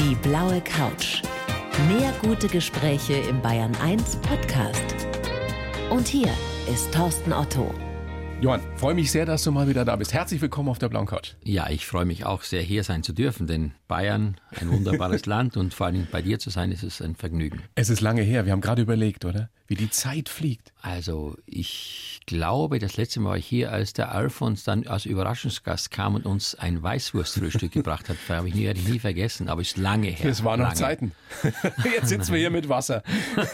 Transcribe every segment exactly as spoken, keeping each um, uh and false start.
Die blaue Couch. Mehr gute Gespräche im Bayern eins Podcast. Und hier ist Thorsten Otto. Johann, freue mich sehr, dass du mal wieder da bist. Herzlich willkommen auf der blauen Couch. Ja, ich freue mich auch sehr, hier sein zu dürfen, denn Bayern, ein wunderbares Land und vor allem bei dir zu sein, ist es ein Vergnügen. Es ist lange her, wir haben gerade überlegt, oder? Wie die Zeit fliegt. Also ich glaube, das letzte Mal war ich hier, als der Alfons dann als Überraschungsgast kam und uns ein Weißwurstfrühstück gebracht hat. Das habe ich nie, werde ich nie vergessen, aber es ist lange her. Es waren noch lange. Zeiten. Jetzt sitzen wir hier mit Wasser.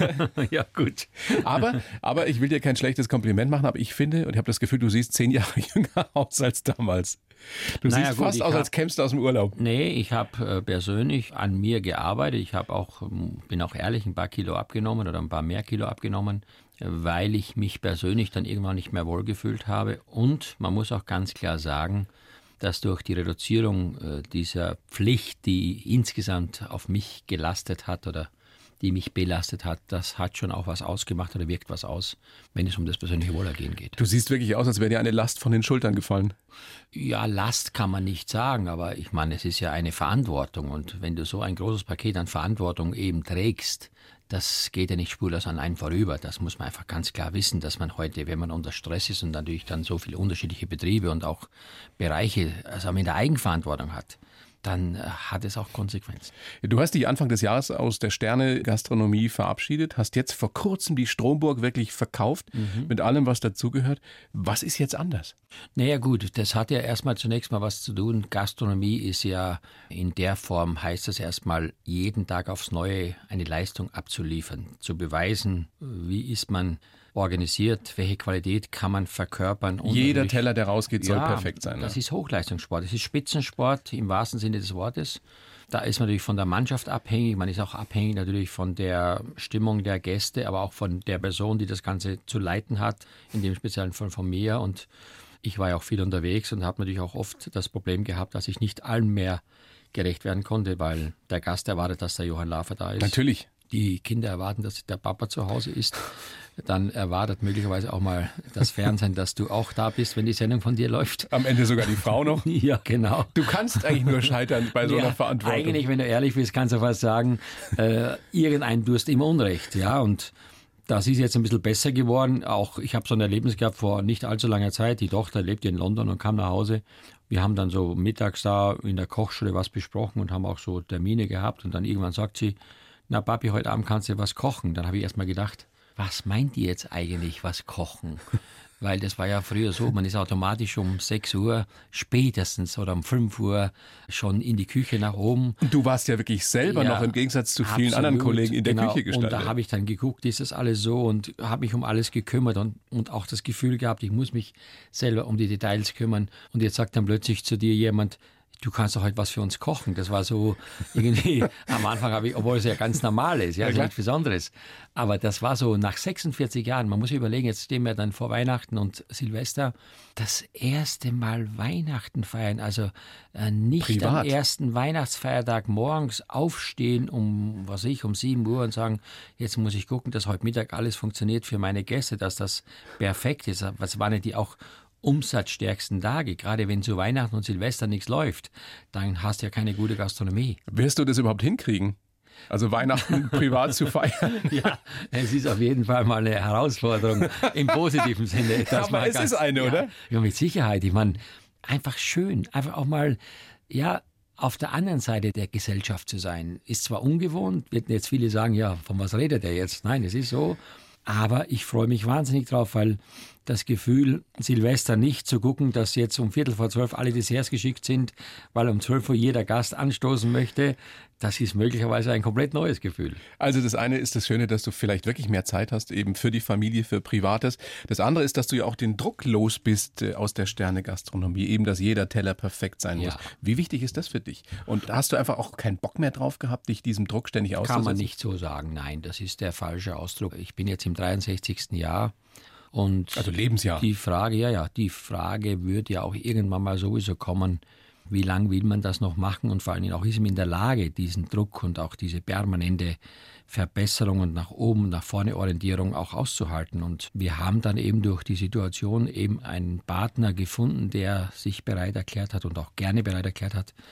Ja, gut. Aber, aber ich will dir kein schlechtes Kompliment machen, aber ich finde, und ich habe das Gefühl, du siehst zehn Jahre jünger aus als damals. Du Naja, siehst gut, fast ich aus, hab- als kämst du aus dem Urlaub. Nee, ich habe äh, persönlich an mir gearbeitet. Ich habe auch, ähm, bin auch ehrlich, ein paar Kilo abgenommen oder ein paar mehr Kilo abgenommen, äh, weil ich mich persönlich dann irgendwann nicht mehr wohlgefühlt habe. Und man muss auch ganz klar sagen, dass durch die Reduzierung äh, dieser Pflicht, die insgesamt auf mich gelastet hat oder die mich belastet hat, das hat schon auch was ausgemacht oder wirkt was aus, wenn es um das persönliche Wohlergehen geht. Du siehst wirklich aus, als wäre dir eine Last von den Schultern gefallen. Ja, Last kann man nicht sagen, aber ich meine, es ist ja eine Verantwortung und wenn du so ein großes Paket an Verantwortung eben trägst, das geht ja nicht spurlos an einen vorüber. Das muss man einfach ganz klar wissen, dass man heute, wenn man unter Stress ist und natürlich dann so viele unterschiedliche Betriebe und auch Bereiche, also in der Eigenverantwortung hat, dann äh, hat es auch Konsequenzen. Du hast dich Anfang des Jahres aus der Sterne-Gastronomie verabschiedet, hast jetzt vor kurzem die Stromburg wirklich verkauft, Mhm. mit allem, was dazugehört. Was ist jetzt anders? Naja gut, das hat ja erstmal zunächst mal was zu tun. Gastronomie ist ja in der Form, heißt das erstmal, jeden Tag aufs Neue eine Leistung abzuliefern, zu beweisen, wie ist man organisiert, welche Qualität kann man verkörpern. Und Jeder natürlich- Teller, der rausgeht, soll Ja, perfekt sein. Das ne? ist Hochleistungssport, das ist Spitzensport im wahrsten Sinne des Wortes. Da ist man natürlich von der Mannschaft abhängig, man ist auch abhängig natürlich von der Stimmung der Gäste, aber auch von der Person, die das Ganze zu leiten hat, in dem speziellen Fall von mir. Und ich war ja auch viel unterwegs und habe natürlich auch oft das Problem gehabt, dass ich nicht allen mehr gerecht werden konnte, weil der Gast erwartet, dass der Johann Lafer da ist. Natürlich. Die Kinder erwarten, dass der Papa zu Hause ist. Dann erwartet möglicherweise auch mal das Fernsehen, dass du auch da bist, wenn die Sendung von dir läuft. Am Ende sogar die Frau noch. Ja, genau. Du kannst eigentlich nur scheitern bei so einer Ja, Verantwortung. Eigentlich, wenn du ehrlich bist, kannst du fast sagen, äh, irgendein, du hast immer Unrecht. Ja, und das ist jetzt ein bisschen besser geworden. Auch ich habe so ein Erlebnis gehabt vor nicht allzu langer Zeit. Die Tochter lebte in London und kam nach Hause. Wir haben dann so mittags da in der Kochschule was besprochen und haben auch so Termine gehabt. Und dann irgendwann sagt sie, na Papi, heute Abend kannst du was kochen. Dann habe ich erst mal gedacht, was meint die jetzt eigentlich, was kochen? Weil das war ja früher so, man ist automatisch um sechs Uhr spätestens oder um fünf Uhr schon in die Küche nach oben. Und du warst ja wirklich selber Ja, noch im Gegensatz zu vielen absolut, anderen Kollegen in der genau. Küche gestanden. Und da habe ich dann geguckt, ist das alles so und habe mich um alles gekümmert und, und auch das Gefühl gehabt, ich muss mich selber um die Details kümmern. Und jetzt sagt dann plötzlich zu dir jemand, du kannst doch heute was für uns kochen. Das war so irgendwie, am Anfang habe ich, obwohl es ja ganz normal ist, ja, Ja, ja klar. nichts Besonderes. Aber das war so nach sechsundvierzig Jahren, man muss sich überlegen, jetzt stehen wir dann vor Weihnachten und Silvester, das erste Mal Weihnachten feiern, also äh, nicht Privat. am ersten Weihnachtsfeiertag morgens aufstehen um, was weiß ich, um sieben Uhr und sagen, jetzt muss ich gucken, dass heute Mittag alles funktioniert für meine Gäste, dass das perfekt ist. Was waren denn die auch umsatzstärksten Tage, gerade wenn zu Weihnachten und Silvester nichts läuft, dann hast du ja keine gute Gastronomie. Wirst du das überhaupt hinkriegen? Also Weihnachten privat zu feiern? Ja, es ist auf jeden Fall mal eine Herausforderung im positiven Sinne. dass Aber man es ist eine, ja, oder? Ja, mit Sicherheit. Ich meine, einfach schön, einfach auch mal, ja, auf der anderen Seite der Gesellschaft zu sein. Ist zwar ungewohnt, wird jetzt viele sagen, ja, von was redet er jetzt? Nein, es ist so. Aber ich freue mich wahnsinnig drauf, weil das Gefühl, Silvester nicht zu gucken, dass jetzt um Viertel vor zwölf alle Desserts geschickt sind, weil um zwölf Uhr jeder Gast anstoßen möchte, das ist möglicherweise ein komplett neues Gefühl. Also das eine ist das Schöne, dass du vielleicht wirklich mehr Zeit hast, eben für die Familie, für Privates. Das andere ist, dass du ja auch den Druck los bist äh, aus der Sterne-Gastronomie, eben, dass jeder Teller perfekt sein muss. Ja. Wie wichtig ist das für dich? Und hast du einfach auch keinen Bock mehr drauf gehabt, dich diesem Druck ständig auszusetzen? Kann man nicht so sagen, nein, das ist der falsche Ausdruck. Ich bin jetzt im dreiundsechzigsten Jahr und Also Lebensjahr. die Frage, ja, ja, die Frage wird ja auch irgendwann mal sowieso kommen, wie lange will man das noch machen und vor allen Dingen auch ist man in der Lage, diesen Druck und auch diese permanente Verbesserung und nach oben, nach vorne Orientierung auch auszuhalten. Und wir haben dann eben durch die Situation eben einen Partner gefunden, der sich bereit erklärt hat und auch gerne bereit erklärt hat,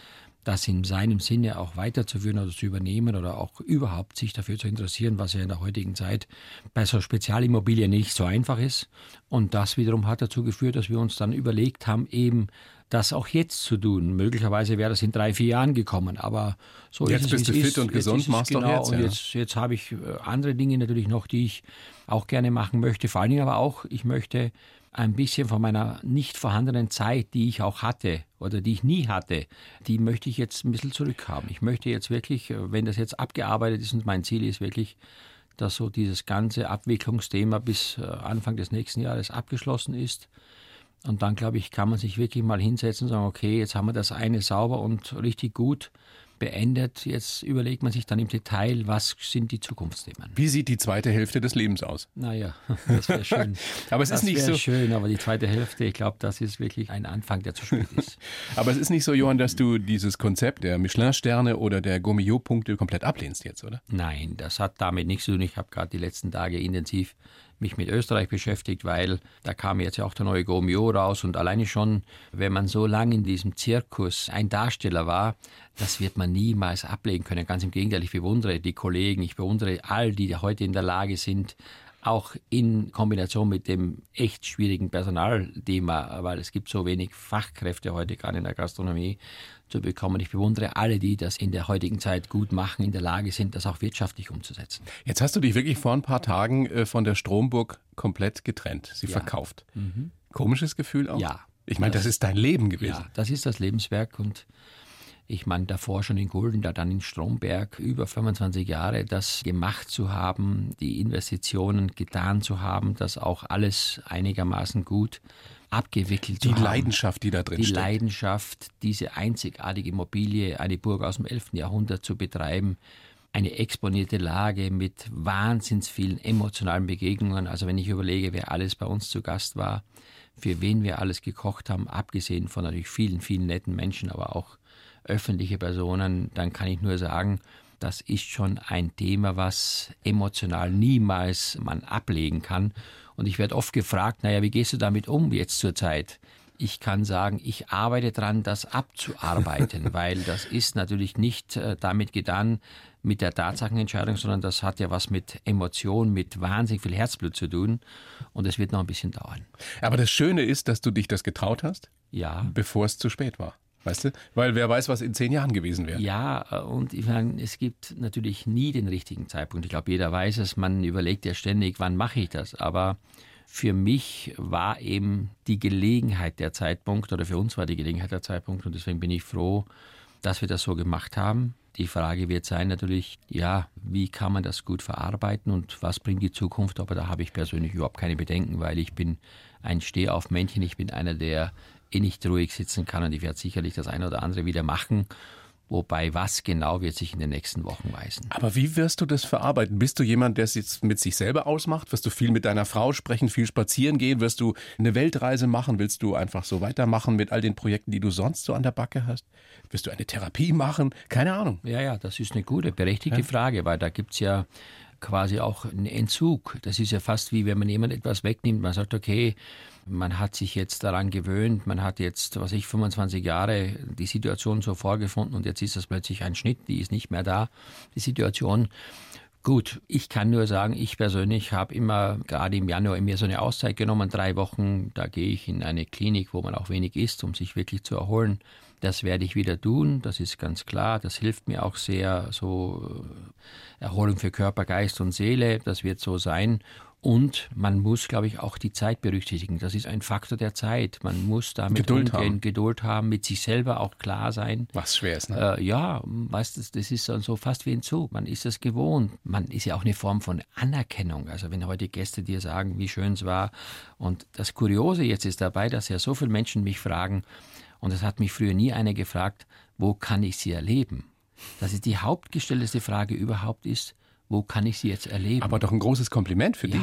das in seinem Sinne auch weiterzuführen oder zu übernehmen oder auch überhaupt sich dafür zu interessieren, was ja in der heutigen Zeit bei so Spezialimmobilien nicht so einfach ist. Und das wiederum hat dazu geführt, dass wir uns dann überlegt haben, eben das auch jetzt zu tun. Möglicherweise wäre das in drei, vier Jahren gekommen, aber so jetzt ist es, bist du fit ist. und gesund, jetzt machst genau, doch jetzt. Und Ja. jetzt, jetzt habe ich andere Dinge natürlich noch, die ich auch gerne machen möchte. Vor allen Dingen aber auch, ich möchte ein bisschen von meiner nicht vorhandenen Zeit, die ich auch hatte oder die ich nie hatte, die möchte ich jetzt ein bisschen zurückhaben. Ich möchte jetzt wirklich, wenn das jetzt abgearbeitet ist und mein Ziel ist wirklich, dass so dieses ganze Abwicklungsthema bis Anfang des nächsten Jahres abgeschlossen ist. Und dann, glaube ich, kann man sich wirklich mal hinsetzen und sagen, okay, jetzt haben wir das eine sauber und richtig gut beendet. Jetzt überlegt man sich dann im Detail, was sind die Zukunftsthemen. Wie sieht die zweite Hälfte des Lebens aus? Naja, das wäre schön. Aber es das ist nicht so schön, aber die zweite Hälfte, ich glaube, das ist wirklich ein Anfang, der zu spät ist. Aber es ist nicht so, Johann, dass du dieses Konzept der Michelin-Sterne oder der Gourmillot-Punkte komplett ablehnst jetzt, oder? Nein, das hat damit nichts zu tun. Ich habe gerade die letzten Tage intensiv mich mit Österreich beschäftigt, weil da kam jetzt ja auch der neue Gourmillot raus und alleine schon, wenn man so lange in diesem Zirkus ein Darsteller war, das wird man niemals ablegen können. Ganz im Gegenteil, ich bewundere die Kollegen, ich bewundere all die, die heute in der Lage sind, auch in Kombination mit dem echt schwierigen Personalthema, weil es gibt so wenig Fachkräfte heute gerade in der Gastronomie zu bekommen. Ich bewundere alle, die das in der heutigen Zeit gut machen, in der Lage sind, das auch wirtschaftlich umzusetzen. Jetzt hast du dich wirklich vor ein paar Tagen äh, von der Stromburg komplett getrennt, sie Ja. verkauft. Mhm. Komisches Gefühl auch? Ja. Ich meine, das, das ist dein Leben gewesen. Ja, das ist das Lebenswerk und ich meine, davor schon in Gulden, da dann in Stromberg, über fünfundzwanzig Jahre das gemacht zu haben, die Investitionen getan zu haben, das auch alles einigermaßen gut abgewickelt Die zu haben. Leidenschaft, die da drin Die steckt. Leidenschaft, diese einzigartige Immobilie, eine Burg aus dem elften Jahrhundert zu betreiben, eine exponierte Lage mit wahnsinns vielen emotionalen Begegnungen. Also wenn ich überlege, wer alles bei uns zu Gast war, für wen wir alles gekocht haben, abgesehen von natürlich vielen, vielen netten Menschen, aber auch öffentliche Personen, dann kann ich nur sagen, das ist schon ein Thema, was emotional niemals man ablegen kann. Und ich werde oft gefragt, naja, wie gehst du damit um jetzt zur Zeit? Ich kann sagen, ich arbeite daran, das abzuarbeiten, weil das ist natürlich nicht äh, damit getan mit der Tatsachenentscheidung, sondern das hat ja was mit Emotion, mit wahnsinnig viel Herzblut zu tun und es wird noch ein bisschen dauern. Aber das Schöne ist, dass du dich das getraut hast, Ja. bevor es zu spät war. Weißt du? Weil wer weiß, was in zehn Jahren gewesen wäre. Ja, und ich meine, es gibt natürlich nie den richtigen Zeitpunkt. Ich glaube, jeder weiß es, man überlegt ja ständig, wann mache ich das, aber für mich war eben die Gelegenheit der Zeitpunkt, oder für uns war die Gelegenheit der Zeitpunkt und deswegen bin ich froh, dass wir das so gemacht haben. Die Frage wird sein natürlich, ja, wie kann man das gut verarbeiten und was bringt die Zukunft? Aber da habe ich persönlich überhaupt keine Bedenken, weil ich bin ein Stehaufmännchen, ich bin einer, der eh nicht ruhig sitzen kann und ich werde sicherlich das eine oder andere wieder machen. Wobei, was genau wird sich in den nächsten Wochen weisen. Aber wie wirst du das verarbeiten? Bist du jemand, der es jetzt mit sich selber ausmacht? Wirst du viel mit deiner Frau sprechen, viel spazieren gehen? Wirst du eine Weltreise machen? Willst du einfach so weitermachen mit all den Projekten, die du sonst so an der Backe hast? Wirst du eine Therapie machen? Keine Ahnung. Ja, ja, das ist eine gute, berechtigte Ja. Frage, weil da gibt es ja quasi auch einen Entzug. Das ist ja fast wie, wenn man jemand etwas wegnimmt. Man sagt, okay, man hat sich jetzt daran gewöhnt, man hat jetzt, was ich, fünfundzwanzig Jahre die Situation so vorgefunden und jetzt ist das plötzlich ein Schnitt, die ist nicht mehr da, die Situation. Gut, ich kann nur sagen, ich persönlich habe immer gerade im Januar mir so eine Auszeit genommen, drei Wochen, da gehe ich in eine Klinik, wo man auch wenig isst, um sich wirklich zu erholen. Das werde ich wieder tun, das ist ganz klar, das hilft mir auch sehr, so Erholung für Körper, Geist und Seele, das wird so sein. Und man muss, glaube ich, auch die Zeit berücksichtigen. Das ist ein Faktor der Zeit. Man muss damit Geduld umgehen, haben. Geduld haben, mit sich selber auch klar sein. Was schwer ist, ne? Äh, ja, weißt du, das ist so fast wie ein Zug. Man ist es gewohnt. Man ist ja auch eine Form von Anerkennung. Also wenn heute Gäste dir sagen, wie schön es war. Und das Kuriose jetzt ist dabei, dass ja so viele Menschen mich fragen, und es hat mich früher nie einer gefragt, wo kann ich sie erleben? Das ist die hauptgestellteste Frage überhaupt ist, wo kann ich sie jetzt erleben? Aber doch ein großes Kompliment für dich. Ja,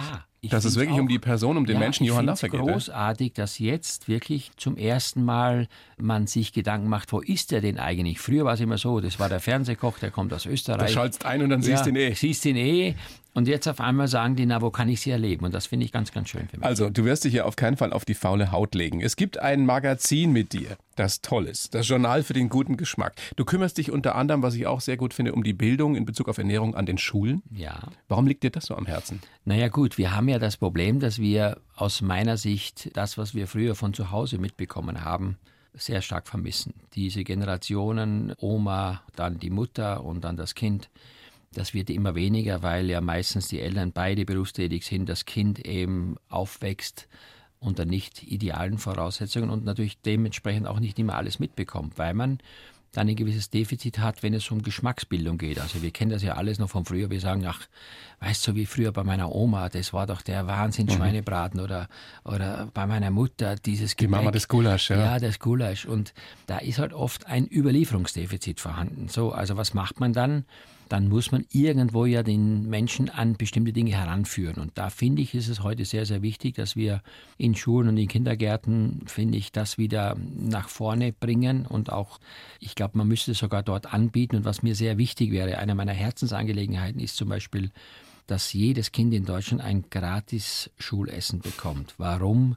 Dass es wirklich auch, um die Person, um den ja, Menschen Johann Lafer geht. Ich finde es großartig, dass jetzt wirklich zum ersten Mal man sich Gedanken macht, wo ist der denn eigentlich? Früher war es immer so, das war der Fernsehkoch, der kommt aus Österreich. Du schaltest ein und dann ja, siehst du ihn eh. Siehst ihn eh. Und jetzt auf einmal sagen die, na, wo kann ich sie erleben? Und das finde ich ganz, ganz schön für mich. Also, du wirst dich ja auf keinen Fall auf die faule Haut legen. Es gibt ein Magazin mit dir, das toll ist. Das Journal für den guten Geschmack. Du kümmerst dich unter anderem, was ich auch sehr gut finde, um die Bildung in Bezug auf Ernährung an den Schulen. Ja. Warum liegt dir das so am Herzen? Naja gut, wir haben ja das Problem, dass wir aus meiner Sicht das, was wir früher von zu Hause mitbekommen haben, sehr stark vermissen. Diese Generationen, Oma, dann die Mutter und dann das Kind, das wird immer weniger, weil ja meistens die Eltern beide berufstätig sind, das Kind eben aufwächst unter nicht idealen Voraussetzungen und natürlich dementsprechend auch nicht immer alles mitbekommt, weil man dann ein gewisses Defizit hat, wenn es um Geschmacksbildung geht. Also wir kennen das ja alles noch von früher. Wir sagen, ach, weißt du, wie früher bei meiner Oma, das war doch der Wahnsinn, Schweinebraten mhm. oder, oder bei meiner Mutter dieses Gebäck. Die Mama des Gulasch, ja. Ja, das Gulasch. Und da ist halt oft ein Überlieferungsdefizit vorhanden. So, also was macht man dann? Dann muss man irgendwo ja den Menschen an bestimmte Dinge heranführen. Und da finde ich, ist es heute sehr, sehr wichtig, dass wir in Schulen und in Kindergärten, finde ich, das wieder nach vorne bringen. Und auch, ich glaube, man müsste es sogar dort anbieten. Und was mir sehr wichtig wäre, eine meiner Herzensangelegenheiten ist zum Beispiel, dass jedes Kind in Deutschland ein gratis Schulessen bekommt. Warum?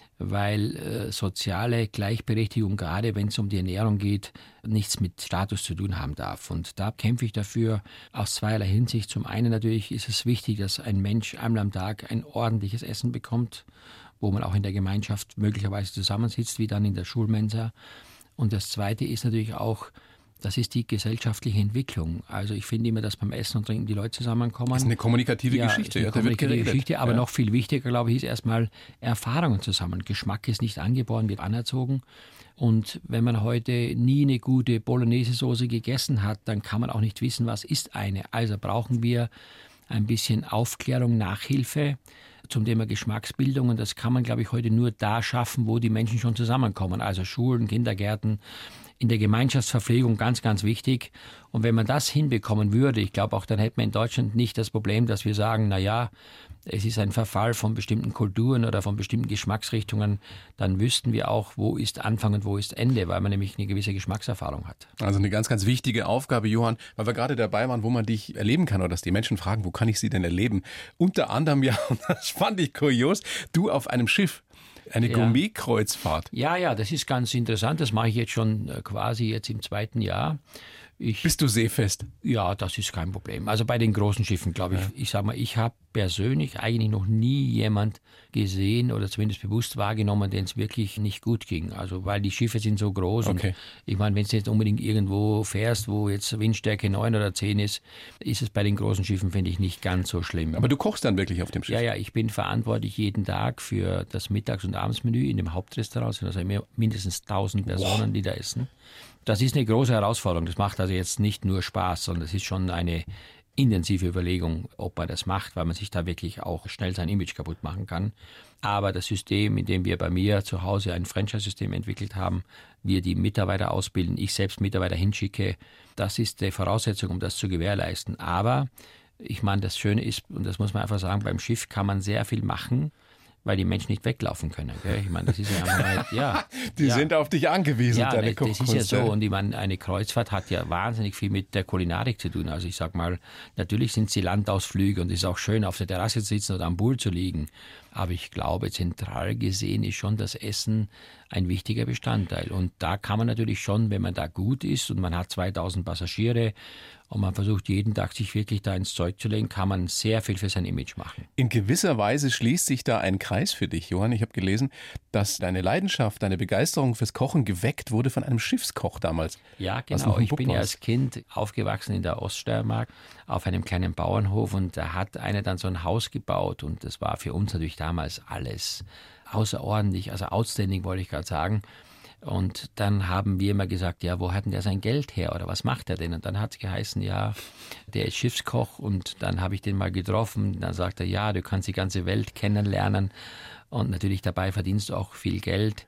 Weil äh, soziale Gleichberechtigung, gerade wenn es um die Ernährung geht, nichts mit Status zu tun haben darf. Und da kämpfe ich dafür aus zweierlei Hinsicht. Zum einen natürlich ist es wichtig, dass ein Mensch einmal am Tag ein ordentliches Essen bekommt, wo man auch in der Gemeinschaft möglicherweise zusammensitzt, wie dann in der Schulmensa. Und das Zweite ist natürlich auch, das ist die gesellschaftliche Entwicklung. Also ich finde immer, dass beim Essen und Trinken die Leute zusammenkommen. Das ist eine kommunikative ja, Geschichte. Eine ja, kommunikative da wird Geschichte, aber ja. noch viel wichtiger, glaube ich, ist erstmal Erfahrungen zusammen. Geschmack ist nicht angeboren, wird anerzogen. Und wenn man heute nie eine gute Bolognese-Soße gegessen hat, dann kann man auch nicht wissen, was ist eine. Also brauchen wir ein bisschen Aufklärung, Nachhilfe zum Thema Geschmacksbildung. Und das kann man, glaube ich, heute nur da schaffen, wo die Menschen schon zusammenkommen. Also Schulen, Kindergärten, in der Gemeinschaftsverpflegung, ganz, ganz wichtig. Und wenn man das hinbekommen würde, ich glaube auch, dann hätte man in Deutschland nicht das Problem, dass wir sagen, na ja, es ist ein Verfall von bestimmten Kulturen oder von bestimmten Geschmacksrichtungen, dann wüssten wir auch, wo ist Anfang und wo ist Ende, weil man nämlich eine gewisse Geschmackserfahrung hat. Also eine ganz, ganz wichtige Aufgabe, Johann, weil wir gerade dabei waren, wo man dich erleben kann oder dass die Menschen fragen, wo kann ich sie denn erleben? Unter anderem, ja, und das fand ich kurios, du auf einem Schiff. Eine ja. Gourmet-Kreuzfahrt. Ja, ja, das ist ganz interessant. Das mache ich jetzt schon quasi jetzt im zweiten Jahr. Ich, Bist du seefest? Ja, das ist kein Problem. Also bei den großen Schiffen, glaube ich, ja. ich sage mal, ich habe persönlich eigentlich noch nie jemand gesehen oder zumindest bewusst wahrgenommen, denen es wirklich nicht gut ging. Also weil die Schiffe sind so groß okay. und ich meine, wenn du jetzt unbedingt irgendwo fährst, wo jetzt Windstärke neun oder zehn ist, ist es bei den großen Schiffen, finde ich, nicht ganz so schlimm. Aber du kochst dann wirklich auf dem Schiff? Ja, ja, ich bin verantwortlich jeden Tag für das Mittags- und Abendsmenü in dem Hauptrestaurant. Es sind also mindestens tausend Personen, wow. die da essen. Das ist eine große Herausforderung. Das macht also jetzt nicht nur Spaß, sondern es ist schon eine intensive Überlegung, ob man das macht, weil man sich da wirklich auch schnell sein Image kaputt machen kann. Aber das System, in dem wir bei mir zu Hause ein Franchise-System entwickelt haben, wir die Mitarbeiter ausbilden, ich selbst Mitarbeiter hinschicke, das ist die Voraussetzung, um das zu gewährleisten. Aber ich meine, das Schöne ist, und das muss man einfach sagen, beim Schiff kann man sehr viel machen, weil die Menschen nicht weglaufen können. Gell? Ich meine, das ist ja einfach halt, ja. Die ja. sind auf dich angewiesen, ja, deine ne, Kochkunst. Das ist ja so. Und ich meine, eine Kreuzfahrt hat ja wahnsinnig viel mit der Kulinarik zu tun. Also ich sag mal, natürlich sind sie Landausflüge und es ist auch schön, auf der Terrasse zu sitzen oder am Pool zu liegen. Aber ich glaube, zentral gesehen ist schon das Essen ein wichtiger Bestandteil. Und da kann man natürlich schon, wenn man da gut ist und man hat zweitausend Passagiere und man versucht jeden Tag sich wirklich da ins Zeug zu legen, kann man sehr viel für sein Image machen. In gewisser Weise schließt sich da ein Kreis für dich, Johann. Ich habe gelesen, dass deine Leidenschaft, deine Begeisterung fürs Kochen geweckt wurde von einem Schiffskoch damals. Ja, genau. Ich bin ja als Kind aufgewachsen in der Oststeiermark auf einem kleinen Bauernhof und da hat einer dann so ein Haus gebaut und das war für uns natürlich damals alles außerordentlich, also outstanding wollte ich gerade sagen. Und dann haben wir immer gesagt, ja, wo hat denn der sein Geld her oder was macht er denn? Und dann hat es geheißen, ja, der ist Schiffskoch und dann habe ich den mal getroffen. Dann sagt er, ja, du kannst die ganze Welt kennenlernen und natürlich dabei verdienst du auch viel Geld.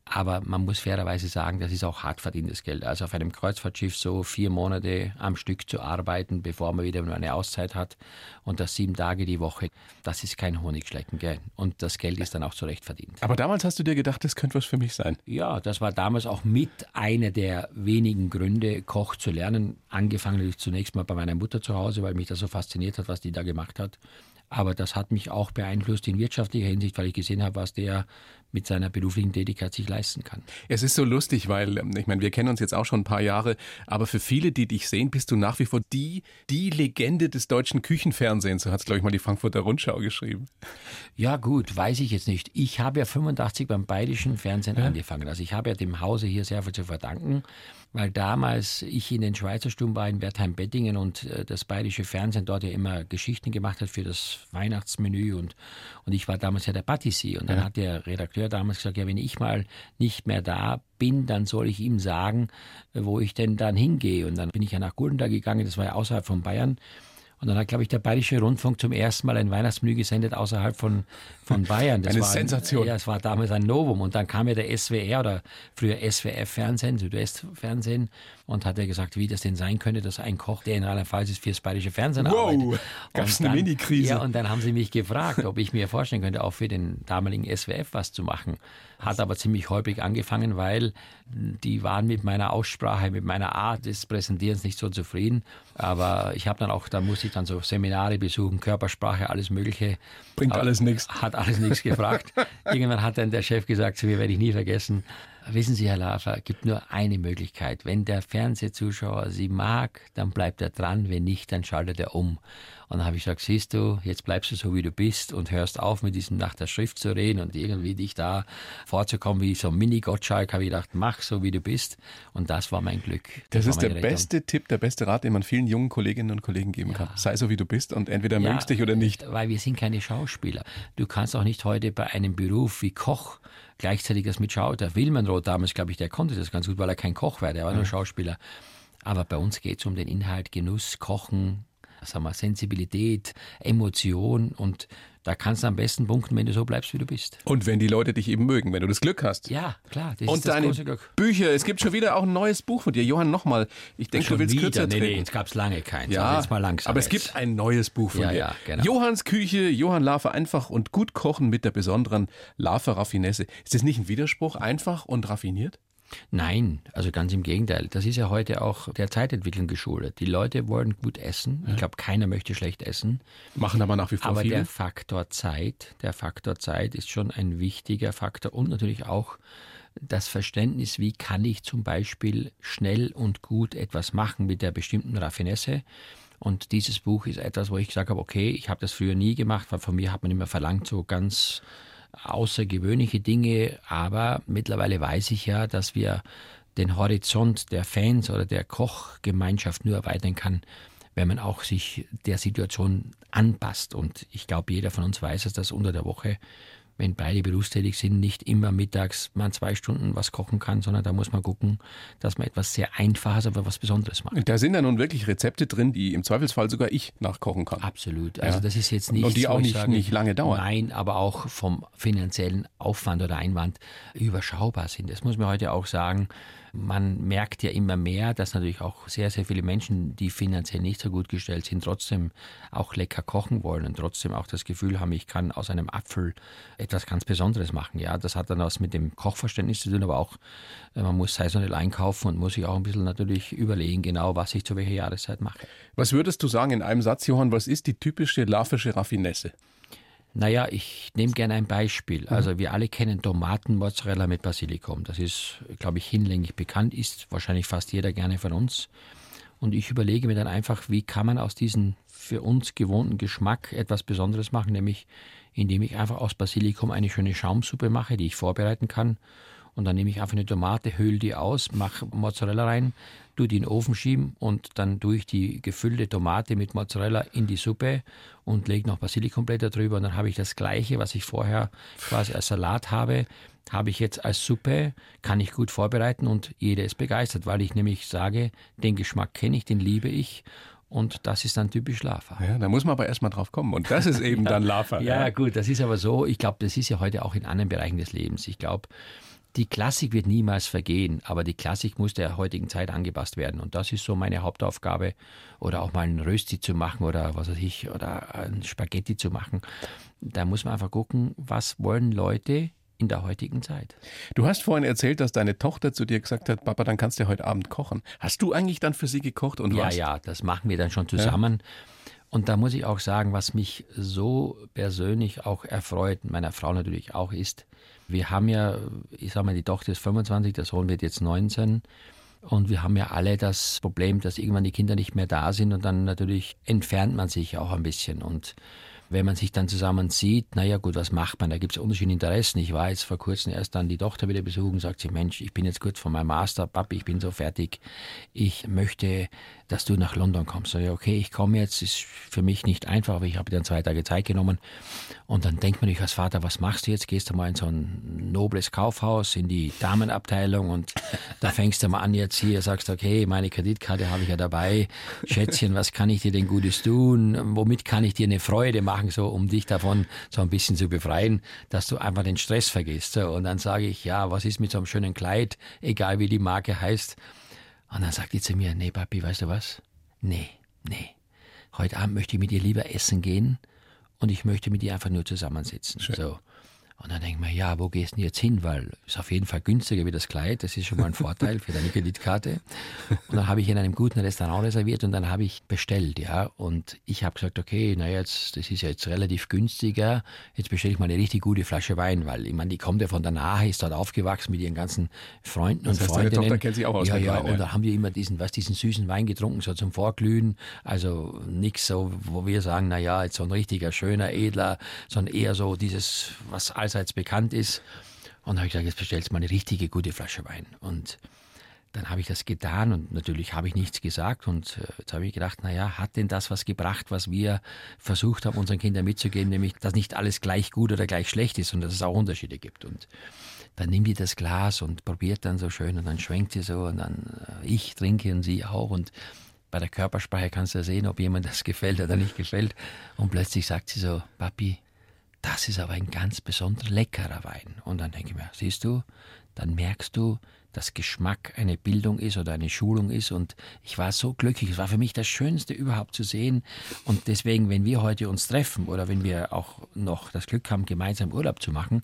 Aber man muss fairerweise sagen, das ist auch hart verdientes Geld. Also auf einem Kreuzfahrtschiff so vier Monate am Stück zu arbeiten, bevor man wieder eine Auszeit hat und das sieben Tage die Woche, das ist kein Honigschlecken, gell? Und das Geld ist dann auch zurecht verdient. Aber damals hast du dir gedacht, das könnte was für mich sein. Ja, das war damals auch mit einer der wenigen Gründe, Koch zu lernen. Angefangen natürlich zunächst mal bei meiner Mutter zu Hause, weil mich das so fasziniert hat, was die da gemacht hat. Aber das hat mich auch beeinflusst in wirtschaftlicher Hinsicht, weil ich gesehen habe, was der mit seiner beruflichen Tätigkeit sich leisten kann. Es ist so lustig, weil, ich meine, wir kennen uns jetzt auch schon ein paar Jahre, aber für viele, die dich sehen, bist du nach wie vor die, die Legende des deutschen Küchenfernsehens. So hat es, glaube ich, mal die Frankfurter Rundschau geschrieben. Ja gut, weiß ich jetzt nicht. Ich habe ja fünfundachtzig beim Bayerischen Fernsehen ja. angefangen. Also ich habe ja dem Hause hier sehr viel zu verdanken, weil damals ich in den Schweizer Stuben war, in Wertheim-Bettingen und das Bayerische Fernsehen dort ja immer Geschichten gemacht hat für das Weihnachtsmenü und, und ich war damals ja der Patissier und dann ja. hat der Redakteur damals gesagt, ja, wenn ich mal nicht mehr da bin, dann soll ich ihm sagen, wo ich denn dann hingehe. Und dann bin ich ja nach Gulden gegangen, das war ja außerhalb von Bayern. Und dann hat, glaube ich, der Bayerische Rundfunk zum ersten Mal ein Weihnachtsmenü gesendet außerhalb von, von Bayern. Das Eine war Sensation. Ein, ja, es war damals ein Novum. Und dann kam ja der S W R oder früher S W F-Fernsehen, Südwestfernsehen, und hat er gesagt, wie das denn sein könnte, dass ein Koch, der in Rheinland-Pfalz ist, fürs Bayerische Fernsehen wow, arbeitet. Gab es eine Mini-Krise? Ja, und dann haben sie mich gefragt, ob ich mir vorstellen könnte, auch für den damaligen S W F was zu machen. Hat aber ziemlich holprig angefangen, weil die waren mit meiner Aussprache, mit meiner Art des Präsentierens nicht so zufrieden. Aber ich habe dann auch, da musste ich dann so Seminare besuchen, Körpersprache, alles Mögliche. Bringt aber alles nichts. Hat alles nichts gefragt. Irgendwann hat dann der Chef gesagt zu mir, werde ich nie vergessen, wissen Sie, Herr Lafer, es gibt nur eine Möglichkeit. Wenn der Fernsehzuschauer Sie mag, dann bleibt er dran. Wenn nicht, dann schaltet er um. Und dann habe ich gesagt, siehst du, jetzt bleibst du so, wie du bist und hörst auf, mit diesem nach der Schrift zu reden und irgendwie dich da vorzukommen wie so ein Mini-Gottschalk. Habe ich gedacht, mach so, wie du bist. Und das war mein Glück. Das, das ist der Rettung. beste Tipp, der beste Rat, den man vielen jungen Kolleginnen und Kollegen geben ja. kann. Sei so, wie du bist und entweder ja, mögst dich oder nicht. Weil wir sind keine Schauspieler. Du kannst auch nicht heute bei einem Beruf wie Koch gleichzeitig das mit Schau. Der Wilmenroth damals, glaube ich, der konnte das ganz gut, weil er kein Koch war, der war ja. nur Schauspieler. Aber bei uns geht es um den Inhalt, Genuss, Kochen, sagen wir, Sensibilität, Emotion und da kannst du am besten punkten, wenn du so bleibst, wie du bist. Und wenn die Leute dich eben mögen, wenn du das Glück hast. Ja, klar. Das und ist das deine große Glück. Bücher, es gibt schon wieder auch ein neues Buch von dir. Johann, nochmal, ich denke, du willst wieder? kürzer nee, treten. Nee, jetzt gab es lange keins. Ja, also jetzt mal langsam aber jetzt. es gibt ein neues Buch von ja, dir. Ja, genau. Johanns Küche, Johann Lafer, einfach und gut kochen mit der besonderen Lafer-Raffinesse. Ist das nicht ein Widerspruch, einfach und raffiniert? Nein, also ganz im Gegenteil. Das ist ja heute auch der Zeitentwicklung geschuldet. Die Leute wollen gut essen. Ich glaube, keiner möchte schlecht essen. Machen aber nach wie vor aber viele. Aber der Faktor Zeit, der Faktor Zeit ist schon ein wichtiger Faktor und natürlich auch das Verständnis, wie kann ich zum Beispiel schnell und gut etwas machen mit der bestimmten Raffinesse. Und dieses Buch ist etwas, wo ich gesagt habe, okay, ich habe das früher nie gemacht, weil von mir hat man immer verlangt, so ganz außergewöhnliche Dinge, aber mittlerweile weiß ich ja, dass wir den Horizont der Fans oder der Kochgemeinschaft nur erweitern kann, wenn man auch sich der Situation anpasst. Und ich glaube, jeder von uns weiß es, dass unter der Woche, wenn beide berufstätig sind, nicht immer mittags man zwei Stunden was kochen kann, sondern da muss man gucken, dass man etwas sehr Einfaches, aber was Besonderes macht. Da sind ja nun wirklich Rezepte drin, die im Zweifelsfall sogar ich nachkochen kann. Absolut. Also ja. das ist jetzt nicht und die auch nicht, sage, nicht lange dauern. Nein, aber auch vom finanziellen Aufwand oder Einwand überschaubar sind. Das muss man heute auch sagen. Man merkt ja immer mehr, dass natürlich auch sehr, sehr viele Menschen, die finanziell nicht so gut gestellt sind, trotzdem auch lecker kochen wollen und trotzdem auch das Gefühl haben, ich kann aus einem Apfel etwas ganz Besonderes machen. Ja, das hat dann was mit dem Kochverständnis zu tun, aber auch man muss saisonell einkaufen und muss sich auch ein bisschen natürlich überlegen, genau, was ich zu welcher Jahreszeit mache. Was würdest du sagen in einem Satz, Johann, was ist die typische Lafersche Raffinesse? Naja, ich nehme gerne ein Beispiel. Also wir alle kennen Tomatenmozzarella mit Basilikum. Das ist, glaube ich, hinlänglich bekannt, isst wahrscheinlich fast jeder gerne von uns. Und ich überlege mir dann einfach, wie kann man aus diesem für uns gewohnten Geschmack etwas Besonderes machen, nämlich indem ich einfach aus Basilikum eine schöne Schaumsuppe mache, die ich vorbereiten kann. Und dann nehme ich einfach eine Tomate, höhle die aus, mache Mozzarella rein, tue die in den Ofen schieben und dann tue ich die gefüllte Tomate mit Mozzarella in die Suppe und lege noch Basilikumblätter drüber und dann habe ich das Gleiche, was ich vorher quasi als Salat habe, habe ich jetzt als Suppe, kann ich gut vorbereiten und jeder ist begeistert, weil ich nämlich sage, den Geschmack kenne ich, den liebe ich. Und das ist dann typisch Lafer. Ja, da muss man aber erstmal drauf kommen. Und das ist eben dann Lafer. Ja, ja, gut, das ist aber so. Ich glaube, das ist ja heute auch in anderen Bereichen des Lebens. Ich glaube, Die Klassik wird niemals vergehen, aber die Klassik muss der heutigen Zeit angepasst werden. Und das ist so meine Hauptaufgabe. Oder auch mal ein Rösti zu machen oder was weiß ich, oder ein Spaghetti zu machen. Da muss man einfach gucken, was wollen Leute in der heutigen Zeit. Du hast vorhin erzählt, dass deine Tochter zu dir gesagt hat, Papa, dann kannst du heute Abend kochen. Hast du eigentlich dann für sie gekocht und ja, was? Ja, das machen wir dann schon zusammen. Ja. Und da muss ich auch sagen, was mich so persönlich auch erfreut, meiner Frau natürlich auch, ist, wir haben ja, ich sag mal, die Tochter ist fünfundzwanzig, der Sohn wird jetzt neunzehn. Und wir haben ja alle das Problem, dass irgendwann die Kinder nicht mehr da sind und dann natürlich entfernt man sich auch ein bisschen. Und wenn man sich dann zusammen sieht, naja gut, was macht man? Da gibt es unterschiedliche Interessen. Ich war jetzt vor kurzem erst dann die Tochter wieder besuchen, sagt sie, Mensch, ich bin jetzt kurz vor meinem Master, Papi, ich bin so fertig. Ich möchte, dass du nach London kommst. Sag ich, okay, ich komme jetzt, ist für mich nicht einfach, aber ich habe dann zwei Tage Zeit genommen. Und dann denkt man sich als Vater, was machst du jetzt? Gehst du mal in so ein nobles Kaufhaus, in die Damenabteilung und da fängst du mal an jetzt hier, sagst, okay, meine Kreditkarte habe ich ja dabei. Schätzchen, was kann ich dir denn Gutes tun? Womit kann ich dir eine Freude machen, so um dich davon so ein bisschen zu befreien, dass du einfach den Stress vergisst. So, und dann sage ich, ja, was ist mit so einem schönen Kleid, egal wie die Marke heißt. Und dann sagt die zu mir, nee, Papi, weißt du was? Nee, nee. Heute Abend möchte ich mit dir lieber essen gehen und ich möchte mit dir einfach nur zusammensitzen. Schön. So. Und dann denkt man, ja, wo gehst du denn jetzt hin? Weil es ist auf jeden Fall günstiger wie das Kleid. Das ist schon mal ein Vorteil für deine Kreditkarte. Und dann habe ich in einem guten Restaurant reserviert und dann habe ich bestellt, ja. Und ich habe gesagt, okay, na jetzt, das ist ja jetzt relativ günstiger. Jetzt bestelle ich mal eine richtig gute Flasche Wein, weil ich meine, die kommt ja von der Nahe, ist dort aufgewachsen mit ihren ganzen Freunden das und heißt, Freundinnen. Deine Tochter kennt sich auch aus ja, mit ja, Wein, ja. Und da haben die immer diesen, was, diesen süßen Wein getrunken, so zum Vorglühen. Also nichts so, wo wir sagen, na ja, jetzt so ein richtiger, schöner, edler, sondern eher so dieses, was allseits bekannt ist. Und dann habe ich gesagt, jetzt bestellst du mal eine richtige gute Flasche Wein. Und dann habe ich das getan und natürlich habe ich nichts gesagt. Und jetzt habe ich gedacht, naja, hat denn das was gebracht, was wir versucht haben, unseren Kindern mitzugeben, nämlich, dass nicht alles gleich gut oder gleich schlecht ist und dass es auch Unterschiede gibt. Und dann nimmt die das Glas und probiert dann so schön und dann schwenkt sie so und dann ich trinke und sie auch. Und bei der Körpersprache kannst du ja sehen, ob jemand das gefällt oder nicht gefällt. Und plötzlich sagt sie so, Papi, das ist aber ein ganz besonders leckerer Wein. Und dann denke ich mir, siehst du, dann merkst du, dass Geschmack eine Bildung ist oder eine Schulung ist. Und ich war so glücklich. Es war für mich das Schönste überhaupt zu sehen. Und deswegen, wenn wir heute uns treffen oder wenn wir auch noch das Glück haben, gemeinsam Urlaub zu machen,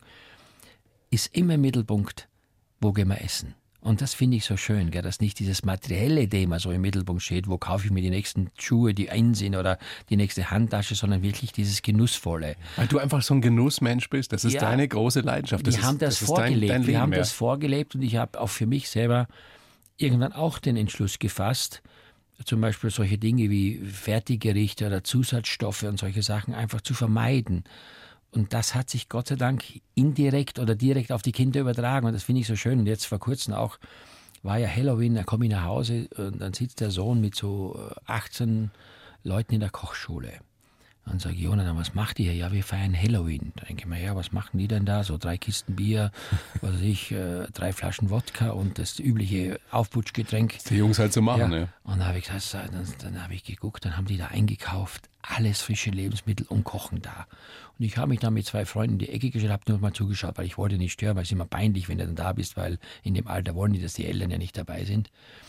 ist immer im Mittelpunkt, wo gehen wir essen. Und das finde ich so schön, gell, dass nicht dieses materielle Thema so im Mittelpunkt steht, wo kaufe ich mir die nächsten Schuhe, die ein sind oder die nächste Handtasche, sondern wirklich dieses Genussvolle. Weil du einfach so ein Genussmensch bist, das ist ja, deine große Leidenschaft. Das wir ist, haben das, das vorgelebt, dein, dein Leben, wir haben ja. das vorgelebt und ich habe auch für mich selber irgendwann auch den Entschluss gefasst, zum Beispiel solche Dinge wie Fertiggerichte oder Zusatzstoffe und solche Sachen einfach zu vermeiden. Und das hat sich Gott sei Dank indirekt oder direkt auf die Kinder übertragen. Und das finde ich so schön. Und jetzt vor kurzem auch war ja Halloween, da komme ich nach Hause und dann sitzt der Sohn mit so achtzehn Leuten in der Kochschule. Dann sage ich, Jonathan, was macht ihr hier? Ja, wir feiern Halloween. Da denke ich mir, ja, was machen die denn da? So drei Kisten Bier, was weiß ich, äh, drei Flaschen Wodka und das übliche Aufputschgetränk. Die Jungs halt so machen, ja. ja. Und dann habe ich gesagt, dann, dann habe ich geguckt, dann haben die da eingekauft, alles frische Lebensmittel und Kochen da. Und ich habe mich dann mit zwei Freunden in die Ecke gestellt, habe nur mal zugeschaut, weil ich wollte nicht stören, weil es immer peinlich, wenn du dann da bist, weil in dem Alter wollen die, dass die Eltern ja nicht dabei sind.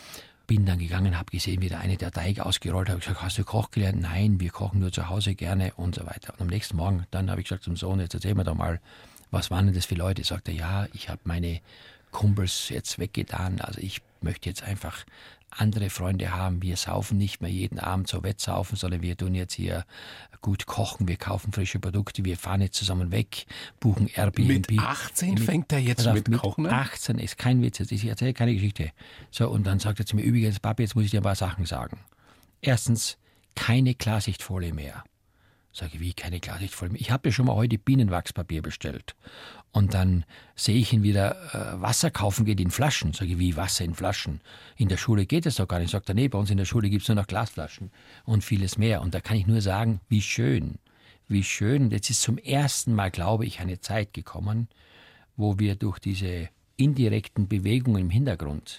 Bin dann gegangen, habe gesehen, wie der eine der Teig ausgerollt hat. Habe gesagt, hast du Koch gelernt? Nein, wir kochen nur zu Hause gerne und so weiter. Und am nächsten Morgen, dann habe ich gesagt zum Sohn, jetzt erzähl mir doch mal, was waren denn das für Leute? Sagt er, ja, ich habe meine Kumpels jetzt weggetan. Also ich möchte jetzt einfach andere Freunde haben. Wir saufen nicht mehr jeden Abend so Wettsaufen, sondern wir tun jetzt hier gut kochen, wir kaufen frische Produkte, wir fahren jetzt zusammen weg, buchen Airbnb. Mit achtzehn fängt er jetzt also mit, mit Kochen an? achtzehn ist kein Witz, ich erzähle keine Geschichte. So, und dann sagt er zu mir, übrigens, Papi, jetzt muss ich dir ein paar Sachen sagen. Erstens, keine Klarsichtfolie mehr. Sage ich, wie, keine Klarsichtfolie mehr? Ich habe ja schon mal heute Bienenwachspapier bestellt. Und dann sehe ich ihn wieder äh, Wasser kaufen geht in Flaschen. Sage ich, wie Wasser in Flaschen? In der Schule geht das doch gar nicht. Sagt er, nee, bei uns in der Schule gibt es nur noch Glasflaschen und vieles mehr. Und da kann ich nur sagen, wie schön, wie schön. Und jetzt ist zum ersten Mal, glaube ich, eine Zeit gekommen, wo wir durch diese indirekten Bewegungen im Hintergrund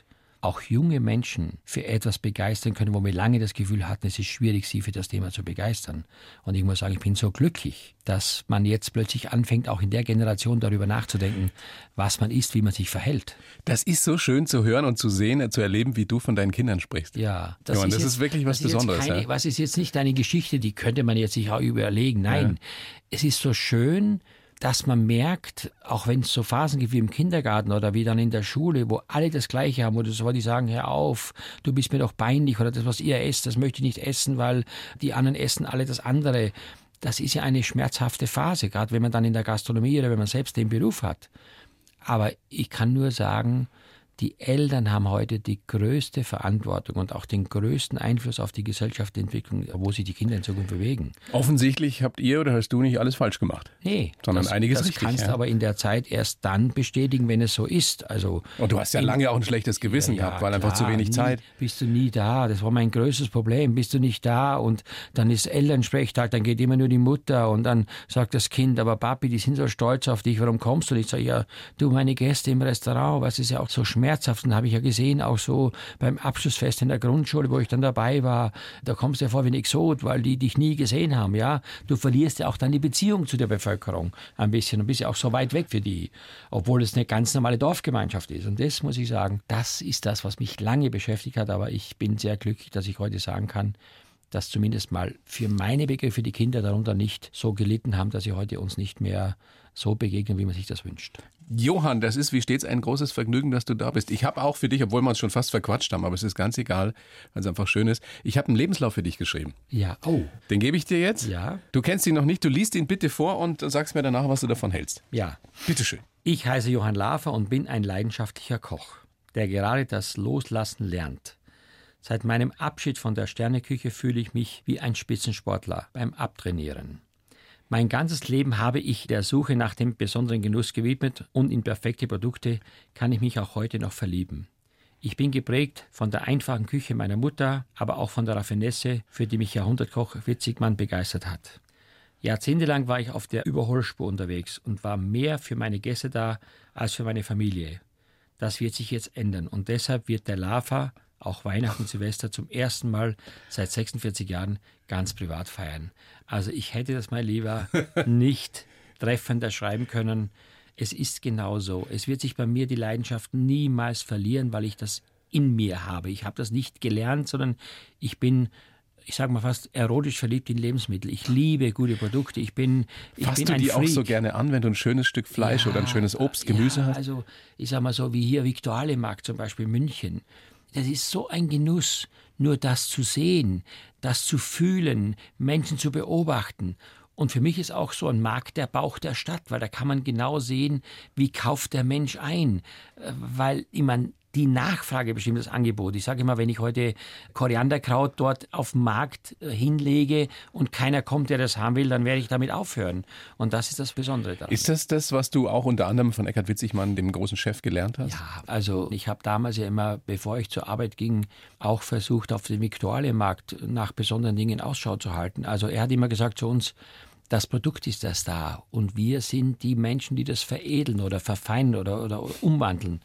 auch junge Menschen für etwas begeistern können, wo wir lange das Gefühl hatten, es ist schwierig, sie für das Thema zu begeistern. Und ich muss sagen, ich bin so glücklich, dass man jetzt plötzlich anfängt, auch in der Generation darüber nachzudenken, was man ist, wie man sich verhält. Das ist so schön zu hören und zu sehen, zu erleben, wie du von deinen Kindern sprichst. Ja, das, Johann, ist, das jetzt, ist wirklich was Besonderes. Keine, ja? Was ist jetzt nicht eine Geschichte, die könnte man jetzt sich auch überlegen. Nein, ja. Es ist so schön, dass man merkt, auch wenn es so Phasen gibt wie im Kindergarten oder wie dann in der Schule, wo alle das Gleiche haben oder so, die sagen, hör auf, du bist mir doch peinlich oder das, was ihr esst, das möchte ich nicht essen, weil die anderen essen alle das andere. Das ist ja eine schmerzhafte Phase, gerade wenn man dann in der Gastronomie oder wenn man selbst den Beruf hat. Aber ich kann nur sagen, die Eltern haben heute die größte Verantwortung und auch den größten Einfluss auf die Gesellschaftsentwicklung, wo sich die Kinder in Zukunft bewegen. Offensichtlich habt ihr oder hast du nicht alles falsch gemacht. Nee. Sondern das, einiges das richtig. Das kannst ja. aber in der Zeit erst dann bestätigen, wenn es so ist. Also und du hast ja in, lange auch ein schlechtes Gewissen ja, gehabt, weil klar, einfach zu wenig nie, Zeit. Bist du nie da? Das war mein größtes Problem. Bist du nicht da? Und dann ist Elternsprechtag, dann geht immer nur die Mutter und dann sagt das Kind, aber Papi, die sind so stolz auf dich, warum kommst du nicht? Ich sage, ja, du, meine Gäste im Restaurant, was ist ja auch so schmerzhaft. Und habe ich ja gesehen, auch so beim Abschlussfest in der Grundschule, wo ich dann dabei war, da kommst du ja vor wie ein Exot, weil die dich nie gesehen haben, ja. Du verlierst ja auch dann die Beziehung zu der Bevölkerung ein bisschen und bist ja auch so weit weg für die, obwohl es eine ganz normale Dorfgemeinschaft ist. Und das muss ich sagen, das ist das, was mich lange beschäftigt hat, aber ich bin sehr glücklich, dass ich heute sagen kann, dass zumindest mal für meine Begriffe die Kinder darunter nicht so gelitten haben, dass sie heute uns nicht mehr so begegnen, wie man sich das wünscht. Johann, das ist wie stets ein großes Vergnügen, dass du da bist. Ich habe auch für dich, obwohl wir uns schon fast verquatscht haben, aber es ist ganz egal, weil es einfach schön ist, ich habe einen Lebenslauf für dich geschrieben. Ja, oh. Den gebe ich dir jetzt. Ja. Du kennst ihn noch nicht, du liest ihn bitte vor und sagst mir danach, was du davon hältst. Ja. Bitteschön. Ich heiße Johann Lafer und bin ein leidenschaftlicher Koch, der gerade das Loslassen lernt. Seit meinem Abschied von der Sterneküche fühle ich mich wie ein Spitzensportler beim Abtrainieren. Mein ganzes Leben habe ich der Suche nach dem besonderen Genuss gewidmet und in perfekte Produkte kann ich mich auch heute noch verlieben. Ich bin geprägt von der einfachen Küche meiner Mutter, aber auch von der Raffinesse, für die mich Jahrhundertkoch Witzigmann begeistert hat. Jahrzehntelang war ich auf der Überholspur unterwegs und war mehr für meine Gäste da als für meine Familie. Das wird sich jetzt ändern und deshalb wird der Lafer auch Weihnachten und Silvester zum ersten Mal seit sechsundvierzig Jahren ganz privat feiern. Also ich hätte das mal lieber nicht treffender schreiben können. Es ist genau so. Es wird sich bei mir die Leidenschaft niemals verlieren, weil ich das in mir habe. Ich habe das nicht gelernt, sondern ich bin, ich sage mal fast erotisch verliebt in Lebensmittel. Ich liebe gute Produkte. Ich bin, ich Fasst bin du ein die Freak. auch so gerne an, wenn du ein schönes Stück Fleisch Ja, oder ein schönes Obst, Gemüse ja, hast? Also ich sage mal so wie hier Viktualienmarkt zum Beispiel München. Das ist so ein Genuss, nur das zu sehen, das zu fühlen, Menschen zu beobachten. Und für mich ist auch so ein Markt der Bauch der Stadt, weil da kann man genau sehen, wie kauft der Mensch ein. Weil ich meine, die Nachfrage bestimmt das Angebot. Ich sage immer, wenn ich heute Korianderkraut dort auf dem Markt hinlege und keiner kommt, der das haben will, dann werde ich damit aufhören. Und das ist das Besondere daran. Ist das das, was du auch unter anderem von Eckhard Witzigmann, dem großen Chef, gelernt hast? Ja, also ich habe damals ja immer, bevor ich zur Arbeit ging, auch versucht, auf dem Viktualienmarkt nach besonderen Dingen Ausschau zu halten. Also er hat immer gesagt zu uns, das Produkt ist das da und wir sind die Menschen, die das veredeln oder verfeinern oder, oder umwandeln.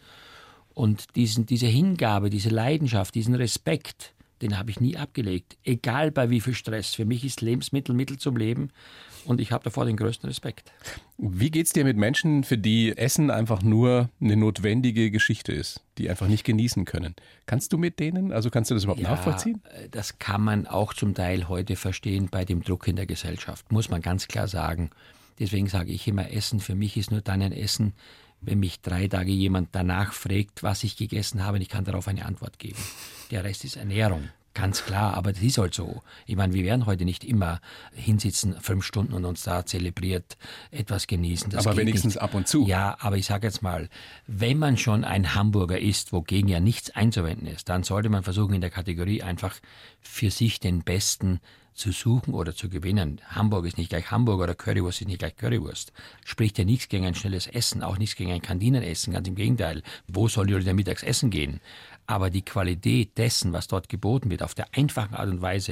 Und diesen, diese Hingabe, diese Leidenschaft, diesen Respekt, den habe ich nie abgelegt. Egal bei wie viel Stress. Für mich ist Lebensmittel Mittel zum Leben und ich habe davor den größten Respekt. Wie geht's dir mit Menschen, für die Essen einfach nur eine notwendige Geschichte ist, die einfach nicht genießen können? Kannst du mit denen, also kannst du das überhaupt ja, nachvollziehen? Das kann man auch zum Teil heute verstehen bei dem Druck in der Gesellschaft, muss man ganz klar sagen. Deswegen sage ich immer, Essen für mich ist nur dann ein Essen, wenn mich drei Tage jemand danach fragt, was ich gegessen habe, und ich kann darauf eine Antwort geben. Der Rest ist Ernährung, ganz klar, aber das ist halt so. Ich meine, wir werden heute nicht immer hinsitzen, fünf Stunden und uns da zelebriert etwas genießen. Das aber wenigstens nicht. Ab und zu. Ja, aber ich sage jetzt mal, wenn man schon ein Hamburger isst, wogegen ja nichts einzuwenden ist, dann sollte man versuchen, in der Kategorie einfach für sich den besten zu suchen oder zu gewinnen. Hamburg ist nicht gleich Hamburg oder Currywurst ist nicht gleich Currywurst. Spricht ja nichts gegen ein schnelles Essen, auch nichts gegen ein Kantinenessen, ganz im Gegenteil. Wo soll die Leute mittags essen gehen? Aber die Qualität dessen, was dort geboten wird, auf der einfachen Art und Weise,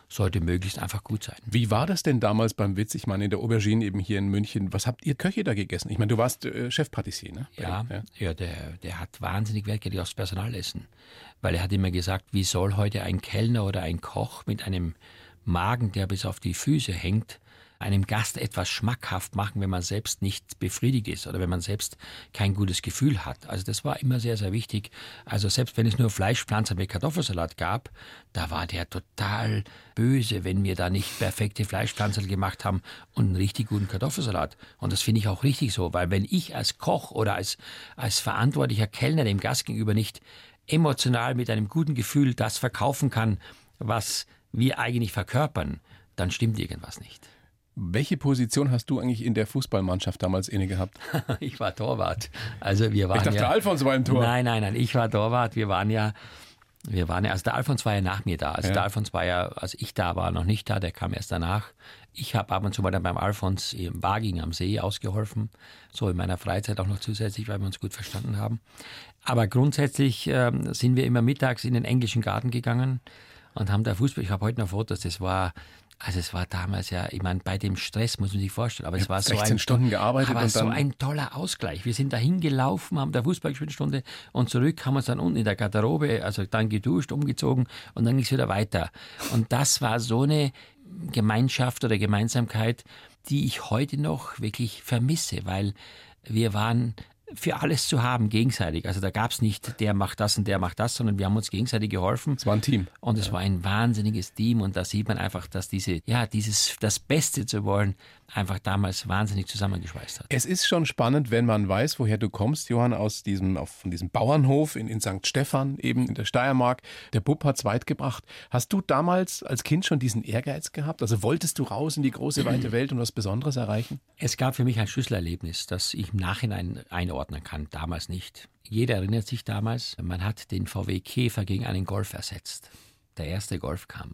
sollte möglichst einfach gut sein. Wie war das denn damals beim Witz? Ich meine, in der Aubergine eben hier in München. Was habt ihr Köche da gegessen? Ich meine, du warst äh, Chefpatissier, ne? Ja, ja. ja der, der hat wahnsinnig Wert gelegt aufs Personalessen. Weil er hat immer gesagt, wie soll heute ein Kellner oder ein Koch mit einem Magen, der bis auf die Füße hängt, einem Gast etwas schmackhaft machen, wenn man selbst nicht befriedigt ist oder wenn man selbst kein gutes Gefühl hat. Also das war immer sehr, sehr wichtig. Also selbst wenn es nur Fleischpflanzer mit Kartoffelsalat gab, da war der total böse, wenn wir da nicht perfekte Fleischpflanzer gemacht haben und einen richtig guten Kartoffelsalat. Und das finde ich auch richtig so, weil wenn ich als Koch oder als, als verantwortlicher Kellner dem Gast gegenüber nicht emotional mit einem guten Gefühl das verkaufen kann, was wir eigentlich verkörpern, dann stimmt irgendwas nicht. Welche Position hast du eigentlich in der Fußballmannschaft damals inne gehabt? Ich war Torwart. Also wir waren ich dachte, ja, der Alfons war im Tor. Nein, nein, nein, ich war Torwart. Wir waren ja, wir waren ja, also der Alfons war ja nach mir da. Also ja. Der Alfons war ja, als ich da war, noch nicht da, der kam erst danach. Ich habe ab und zu mal dann beim Alfons im Waging am See ausgeholfen, so in meiner Freizeit auch noch zusätzlich, weil wir uns gut verstanden haben. Aber grundsätzlich äh, sind wir immer mittags in den englischen Garten gegangen und haben da Fußball, ich habe heute noch Fotos, das war, also es war damals ja, ich meine, bei dem Stress muss man sich vorstellen, aber es war so sechzehn ein, Stunden gearbeitet aber und so dann ein toller Ausgleich. Wir sind da hingelaufen, haben da Fußball gespielt, Stunde und zurück haben uns dann unten in der Garderobe, also dann geduscht, umgezogen und dann ging es wieder weiter. Und das war so eine Gemeinschaft oder Gemeinsamkeit, die ich heute noch wirklich vermisse, weil wir waren für alles zu haben, gegenseitig. Also da gab es nicht, der macht das und der macht das, sondern wir haben uns gegenseitig geholfen. Es war ein Team. Und es ja. war ein wahnsinniges Team und da sieht man einfach, dass diese, ja, dieses, das Beste zu wollen, einfach damals wahnsinnig zusammengeschweißt hat. Es ist schon spannend, wenn man weiß, woher du kommst, Johann, aus diesem, auf, von diesem Bauernhof in, in Sankt Stephan, eben in der Steiermark. Der Bub hat's weit gebracht. Hast du damals als Kind schon diesen Ehrgeiz gehabt? Also wolltest du raus in die große, weite Welt und was Besonderes erreichen? Es gab für mich ein Schlüsselerlebnis, das ich im Nachhinein einordnen kann, damals nicht. Jeder erinnert sich damals, man hat den V W Käfer gegen einen Golf ersetzt. Der erste Golf kam.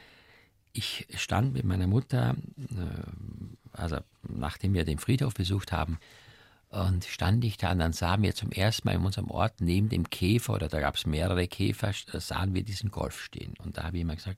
Ich stand mit meiner Mutter, also nachdem wir den Friedhof besucht haben, und stand ich da und dann sahen wir zum ersten Mal in unserem Ort neben dem Käfer, oder da gab es mehrere Käfer, sahen wir diesen Golf stehen. Und da habe ich immer gesagt,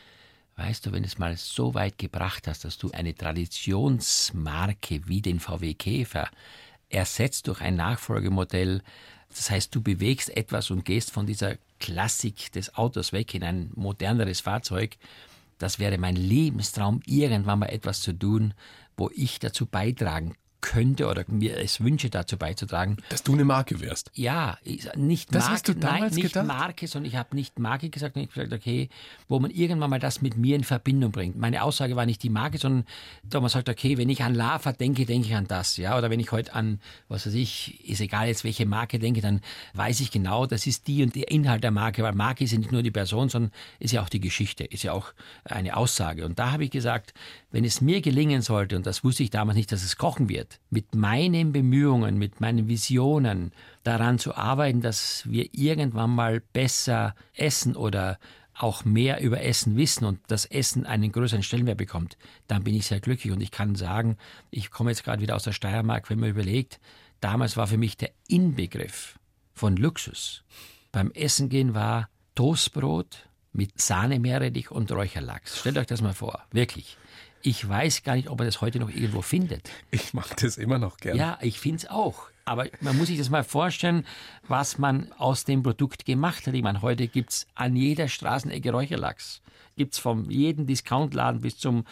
weißt du, wenn du es mal so weit gebracht hast, dass du eine Traditionsmarke wie den V W Käfer ersetzt durch ein Nachfolgemodell, das heißt, du bewegst etwas und gehst von dieser Klassik des Autos weg in ein moderneres Fahrzeug, das wäre mein Lebenstraum, irgendwann mal etwas zu tun, wo ich dazu beitragen könnte oder mir es wünsche, dazu beizutragen. Dass du eine Marke wärst. Ja, nicht das Marke, hast du damals nein, nicht gedacht? Marke, sondern ich habe nicht Marke gesagt, sondern ich habe gesagt, okay, wo man irgendwann mal das mit mir in Verbindung bringt. Meine Aussage war nicht die Marke, sondern da man sagt, okay, wenn ich an Lava denke, denke ich an das, ja, oder wenn ich heute an, was weiß ich, ist egal jetzt welche Marke denke, dann weiß ich genau, das ist die und der Inhalt der Marke, weil Marke ist ja nicht nur die Person, sondern ist ja auch die Geschichte, ist ja auch eine Aussage. Und da habe ich gesagt, wenn es mir gelingen sollte, und das wusste ich damals nicht, dass es kochen wird, mit meinen Bemühungen, mit meinen Visionen daran zu arbeiten, dass wir irgendwann mal besser essen oder auch mehr über Essen wissen und das Essen einen größeren Stellenwert bekommt, dann bin ich sehr glücklich. Und ich kann sagen, ich komme jetzt gerade wieder aus der Steiermark, wenn man überlegt, damals war für mich der Inbegriff von Luxus beim Essen gehen war Toastbrot mit Sahne-Meerrettich und Räucherlachs. Stellt euch das mal vor, wirklich. Ich weiß gar nicht, ob man das heute noch irgendwo findet. Ich mag das immer noch gerne. Ja, ich finde es auch. Aber man muss sich das mal vorstellen, was man aus dem Produkt gemacht hat. Ich meine, heute gibt es an jeder Straßenecke Räucherlachs. Gibt es von jedem Discountladen bis zum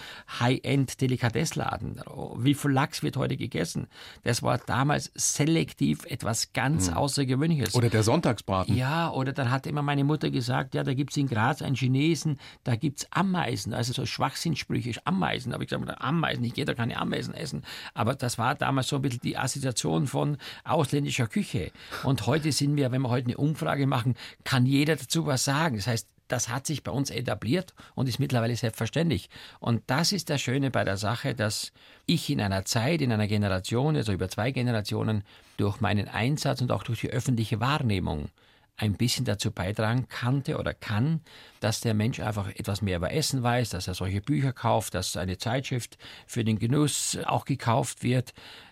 High-End-Delikatessladen. Wie viel Lachs wird heute gegessen? Das war damals selektiv etwas ganz hm. Außergewöhnliches. Oder der Sonntagsbraten. Ja, oder dann hat immer meine Mutter gesagt, ja, da gibt es in Graz einen Chinesen, da gibt es Ameisen, also so Schwachsinnssprüche, Ameisen. Aber ich sage, Ameisen, ich gehe da keine Ameisen essen. Aber das war damals so ein bisschen die Assoziation von ausländischer Küche. Und heute sind wir, wenn wir heute eine Umfrage machen, kann jeder dazu was sagen. Das heißt, das hat sich bei uns etabliert und ist mittlerweile selbstverständlich. Und das ist das Schöne bei der Sache, dass ich in einer Zeit, in einer Generation, also über zwei Generationen, durch meinen Einsatz und auch durch die öffentliche Wahrnehmung ein bisschen dazu beitragen kannte oder kann, dass der Mensch einfach etwas mehr über Essen weiß, dass er solche Bücher kauft, dass eine Zeitschrift für den Genuss auch gekauft wird.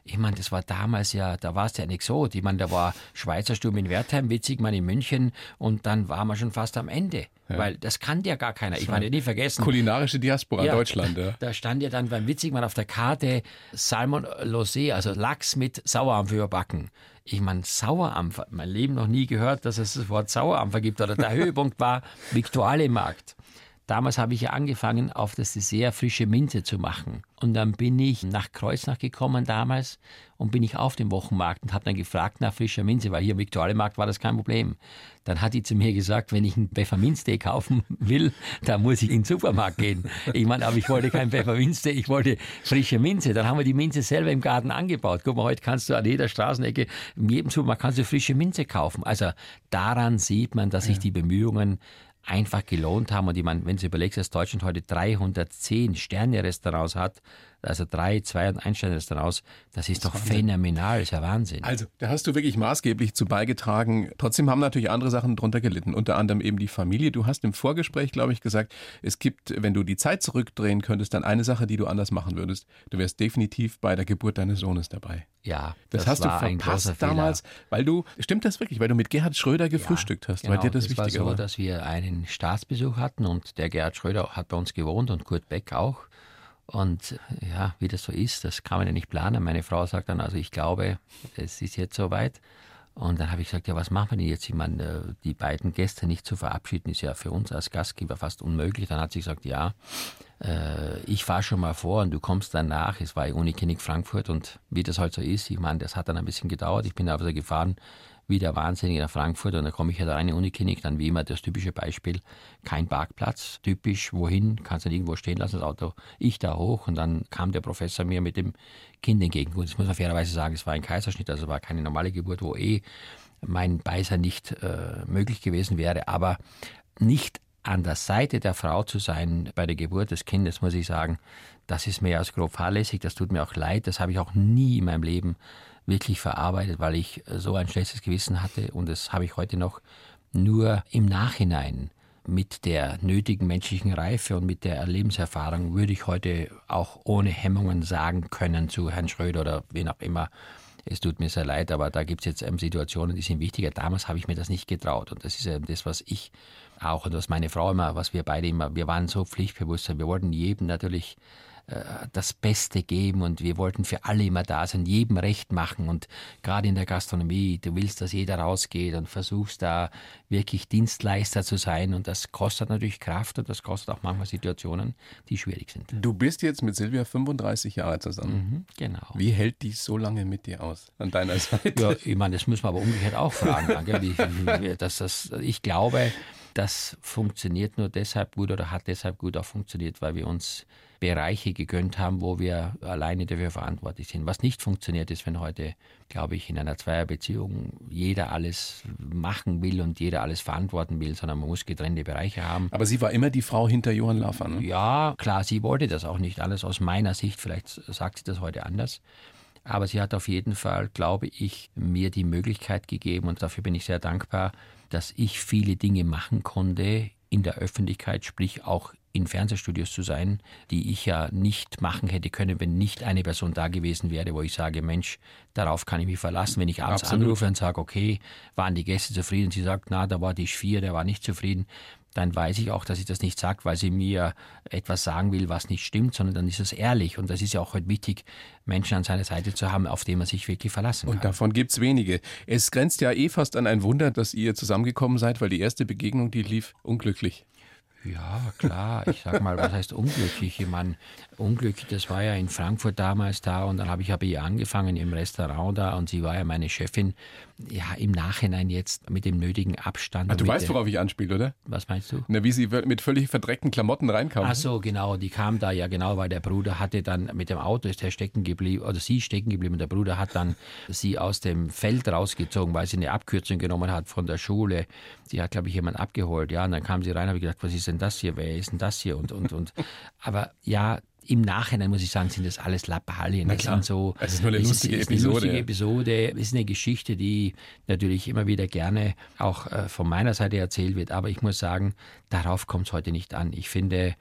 Ich meine, das war damals ja, da war es ja ein Exot. Ich meine, da war Schweizer Sturm in Wertheim, Witzigmann in München und dann waren wir schon fast am Ende. Ja. Weil das kannte ja gar keiner. Ich meine, nie vergessen. Kulinarische Diaspora ja, Deutschland, ja. Da stand ja dann beim Witzigmann auf der Karte Salmon Losé, also Lachs mit Sauerampfer überbacken. Ich meine, Sauerampfer, mein Leben noch nie gehört, dass es das Wort Sauerampfer gibt. Oder der Höhepunkt war Viktualienmarkt. Damals habe ich ja angefangen, auf das Dessert frische Minze zu machen. Und dann bin ich nach Kreuznach gekommen damals und bin ich auf dem Wochenmarkt und habe dann gefragt nach frischer Minze, weil hier im Viktualienmarkt war das kein Problem. Dann hat die zu mir gesagt, wenn ich einen Pfefferminztee kaufen will, dann muss ich in den Supermarkt gehen. Ich meine, aber ich wollte keinen Pfefferminztee, ich wollte frische Minze. Dann haben wir die Minze selber im Garten angebaut. Guck mal, heute kannst du an jeder Straßenecke, in jedem Supermarkt kannst du frische Minze kaufen. Also daran sieht man, dass sich ja. die Bemühungen einfach gelohnt haben. Und ich meine, wenn du überlegst, dass Deutschland heute dreihundertzehn Sterne-Restaurants hat, also drei, zwei und ein Sterne-Restaurants, das ist das doch Wahnsinn. Phänomenal, das ist ja Wahnsinn. Also, da hast du wirklich maßgeblich zu beigetragen. Trotzdem haben natürlich andere Sachen drunter gelitten, unter anderem eben die Familie. Du hast im Vorgespräch, glaube ich, gesagt, es gibt, wenn du die Zeit zurückdrehen könntest, dann eine Sache, die du anders machen würdest. Du wärst definitiv bei der Geburt deines Sohnes dabei. Ja, das, das hast war du verpasst damals, weil du, stimmt das wirklich, weil du mit Gerhard Schröder gefrühstückt ja, hast, genau. weil dir das, das wichtiger war. war. Es war so, dass wir einen Staatsbesuch hatten und der Gerhard Schröder hat bei uns gewohnt und Kurt Beck auch. Und ja, wie das so ist, das kann man ja nicht planen. Meine Frau sagt dann, also ich glaube, es ist jetzt soweit. Und dann habe ich gesagt, ja, was machen wir denn jetzt? Ich meine, die beiden Gäste nicht zu verabschieden, ist ja für uns als Gastgeber fast unmöglich. Dann hat sie gesagt, ja, äh, ich fahre schon mal vor und du kommst dann nach. Es war Uniklinik Frankfurt und wie das halt so ist, ich meine, das hat dann ein bisschen gedauert. Ich bin also gefahren wie der Wahnsinnige nach Frankfurt und dann komme ich ja da rein in die Uniklinik, dann wie immer das typische Beispiel, kein Parkplatz, typisch, wohin, kannst du nicht irgendwo stehen lassen, das Auto, ich da hoch und dann kam der Professor mir mit dem Kind entgegen. Gut, das muss man fairerweise sagen, es war ein Kaiserschnitt, also war keine normale Geburt, wo eh mein Beisein nicht äh, möglich gewesen wäre, aber nicht an der Seite der Frau zu sein bei der Geburt des Kindes, muss ich sagen, das ist mir als grob fahrlässig, das tut mir auch leid, das habe ich auch nie in meinem Leben wirklich verarbeitet, weil ich so ein schlechtes Gewissen hatte und das habe ich heute noch nur im Nachhinein mit der nötigen menschlichen Reife und mit der Lebenserfahrung würde ich heute auch ohne Hemmungen sagen können zu Herrn Schröder oder wen auch immer, es tut mir sehr leid, aber da gibt es jetzt ähm, Situationen, die sind wichtiger. Damals habe ich mir das nicht getraut und das ist ähm, das, was ich auch und was meine Frau immer, was wir beide immer, wir waren so pflichtbewusst, wir wollten jedem natürlich das Beste geben und wir wollten für alle immer da sein, jedem recht machen und gerade in der Gastronomie, du willst, dass jeder rausgeht und versuchst da wirklich Dienstleister zu sein und das kostet natürlich Kraft und das kostet auch manchmal Situationen, die schwierig sind. Du bist jetzt mit Silvia fünfunddreißig Jahre zusammen. Mhm, genau. Wie hält die so lange mit dir aus, an deiner Seite? Ja, ich meine, das müssen wir aber umgekehrt auch fragen. Wie, dass das, ich glaube, das funktioniert nur deshalb gut oder hat deshalb gut auch funktioniert, weil wir uns Bereiche gegönnt haben, wo wir alleine dafür verantwortlich sind. Was nicht funktioniert ist, wenn heute, glaube ich, in einer Zweierbeziehung jeder alles machen will und jeder alles verantworten will, sondern man muss getrennte Bereiche haben. Aber sie war immer die Frau hinter Johann Lafer, ne? Ja, klar, sie wollte das auch nicht alles aus meiner Sicht. Vielleicht sagt sie das heute anders. Aber sie hat auf jeden Fall, glaube ich, mir die Möglichkeit gegeben und dafür bin ich sehr dankbar, dass ich viele Dinge machen konnte in der Öffentlichkeit, sprich auch in Fernsehstudios zu sein, die ich ja nicht machen hätte können, wenn nicht eine Person da gewesen wäre, wo ich sage, Mensch, darauf kann ich mich verlassen. Wenn ich abends Absolut. anrufe und sage, okay, waren die Gäste zufrieden? Sie sagt, na, da war Tisch vier, der war nicht zufrieden. Dann weiß ich auch, dass ich das nicht sage, weil sie mir etwas sagen will, was nicht stimmt, sondern dann ist es ehrlich. Und das ist ja auch heute wichtig, Menschen an seiner Seite zu haben, auf die man sich wirklich verlassen kann. Und davon gibt's wenige. Es grenzt ja eh fast an ein Wunder, dass ihr zusammengekommen seid, weil die erste Begegnung, die lief unglücklich. Ja, klar. Ich sag mal, was heißt unglücklich? Ich meine, unglücklich, das war ja in Frankfurt damals da und dann habe ich aber ihr angefangen im Restaurant da und sie war ja meine Chefin. Ja, im Nachhinein jetzt mit dem nötigen Abstand. Ah, du weißt, der, worauf ich anspiele, oder? Was meinst du? Na, wie sie mit völlig verdreckten Klamotten reinkam. Ach so, genau. Die kam da ja genau, weil der Bruder hatte dann mit dem Auto ist er stecken geblieben, oder sie stecken geblieben. Und der Bruder hat dann sie aus dem Feld rausgezogen, weil sie eine Abkürzung genommen hat von der Schule. Sie hat, glaube ich, jemand abgeholt. Ja, und dann kam sie rein und habe gedacht, was ist denn das hier? Wer ist denn das hier? Und, und, und. Aber ja, im Nachhinein muss ich sagen, sind das alles Lappalien. Das sind so, es ist nur eine lustige ist, ist Episode. Eine lustige Episode. Es ist eine Geschichte, die natürlich immer wieder gerne auch äh, von meiner Seite erzählt wird. Aber ich muss sagen, darauf kommt es heute nicht an. Ich finde,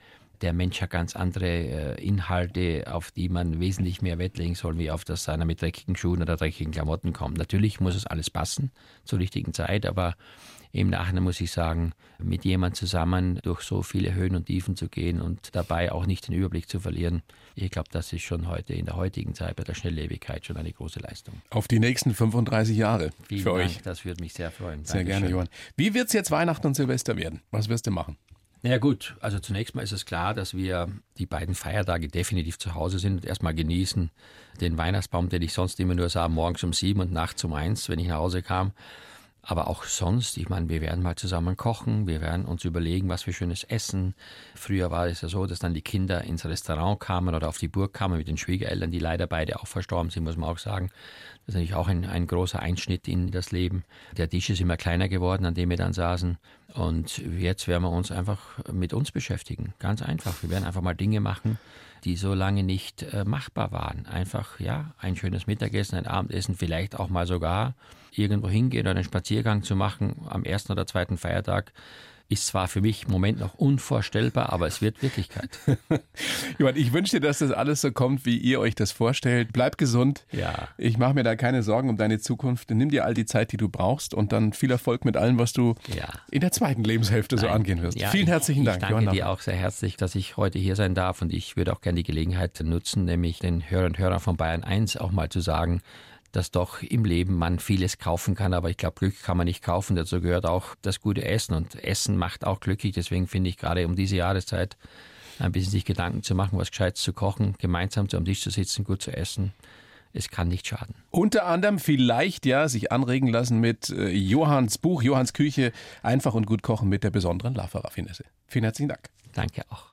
der Mensch hat ganz andere äh, Inhalte, auf die man wesentlich mehr Wert legen soll, wie auf das einer mit dreckigen Schuhen oder dreckigen Klamotten kommt. Natürlich muss es alles passen zur richtigen Zeit, aber im Nachhinein muss ich sagen, mit jemand zusammen durch so viele Höhen und Tiefen zu gehen und dabei auch nicht den Überblick zu verlieren, ich glaube, das ist schon heute in der heutigen Zeit bei der Schnelllebigkeit schon eine große Leistung. Auf die nächsten fünfunddreißig Jahre Vielen für Dank, euch. Das würde mich sehr freuen. Sehr Dankeschön. gerne, Johann. Wie wird es jetzt Weihnachten und Silvester werden? Was wirst du machen? Na ja gut, also zunächst mal ist es klar, dass wir die beiden Feiertage definitiv zu Hause sind und erstmal genießen den Weihnachtsbaum, den ich sonst immer nur sah, morgens um sieben und nachts um eins, wenn ich nach Hause kam. Aber auch sonst, ich meine, wir werden mal zusammen kochen, wir werden uns überlegen, was wir schönes essen. Früher war es ja so, dass dann die Kinder ins Restaurant kamen oder auf die Burg kamen mit den Schwiegereltern, die leider beide auch verstorben sind, muss man auch sagen. Das ist natürlich auch ein, ein großer Einschnitt in das Leben. Der Tisch ist immer kleiner geworden, an dem wir dann saßen. Und jetzt werden wir uns einfach mit uns beschäftigen. Ganz einfach. Wir werden einfach mal Dinge machen, die so lange nicht äh, machbar waren. Einfach, ja, ein schönes Mittagessen, ein Abendessen, vielleicht auch mal sogar irgendwo hingehen oder einen Spaziergang zu machen am ersten oder zweiten Feiertag. Ist zwar für mich im Moment noch unvorstellbar, aber es wird Wirklichkeit. Johann, ich wünsche dir, dass das alles so kommt, wie ihr euch das vorstellt. Bleib gesund. Ja. Ich mache mir da keine Sorgen um deine Zukunft. Nimm dir all die Zeit, die du brauchst und dann viel Erfolg mit allem, was du Ja. in der zweiten Lebenshälfte so Nein. angehen wirst. Ja, Vielen herzlichen ich, Dank, Ich danke Johann. dir auch sehr herzlich, dass ich heute hier sein darf und ich würde auch gerne die Gelegenheit nutzen, nämlich den Hörern und Hörern von Bayern eins auch mal zu sagen, dass doch im Leben man vieles kaufen kann, aber ich glaube, Glück kann man nicht kaufen. Dazu gehört auch das gute Essen und Essen macht auch glücklich. Deswegen finde ich gerade um diese Jahreszeit ein bisschen sich Gedanken zu machen, was Gescheites zu kochen, gemeinsam zu am Tisch zu sitzen, gut zu essen. Es kann nicht schaden. Unter anderem vielleicht ja sich anregen lassen mit äh, Johanns Buch, Johanns Küche, einfach und gut kochen mit der besonderen Lava-Raffinesse. Vielen herzlichen Dank. Danke auch.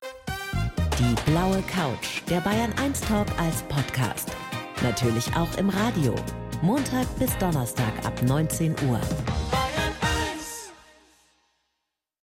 Die blaue Couch, der Bayern eins Talk als Podcast. Natürlich auch im Radio. Montag bis Donnerstag ab neunzehn Uhr.